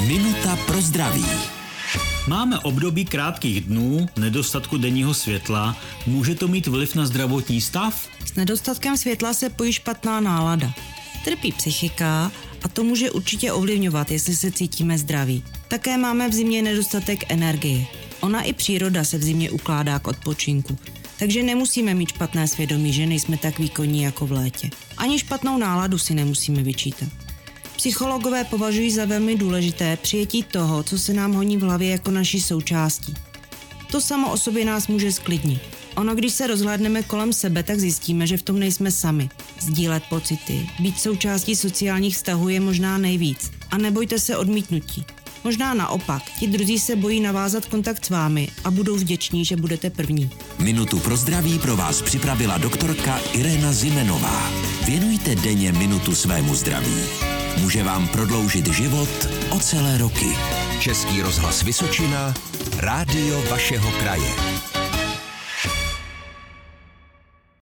Minuta pro zdraví. Máme období krátkých dnů, nedostatku denního světla. Může to mít vliv na zdravotní stav? S nedostatkem světla se pojí špatná nálada. Trpí psychika a to může určitě ovlivňovat, jestli se cítíme zdraví. Také máme v zimě nedostatek energie. Ona i příroda se v zimě ukládá k odpočinku. Takže nemusíme mít špatné svědomí, že nejsme tak výkonní jako v létě. Ani špatnou náladu si nemusíme vyčítat. Psychologové považují za velmi důležité přijetí toho, co se nám honí v hlavě jako naší součástí. To samo o sobě nás může sklidnit. Ono, když se rozhlédneme kolem sebe, tak zjistíme, že v tom nejsme sami. Sdílet pocity, být součástí sociálních vztahů je možná nejvíc. A nebojte se odmítnutí. Možná naopak, ti druzí se bojí navázat kontakt s vámi a budou vděční, že budete první. Minutu pro zdraví pro vás připravila doktorka Irena Zimenová. Věnujte denně minutu svému zdraví. Může vám prodloužit život o celé roky. Český rozhlas Vysočina, rádio vašeho kraje.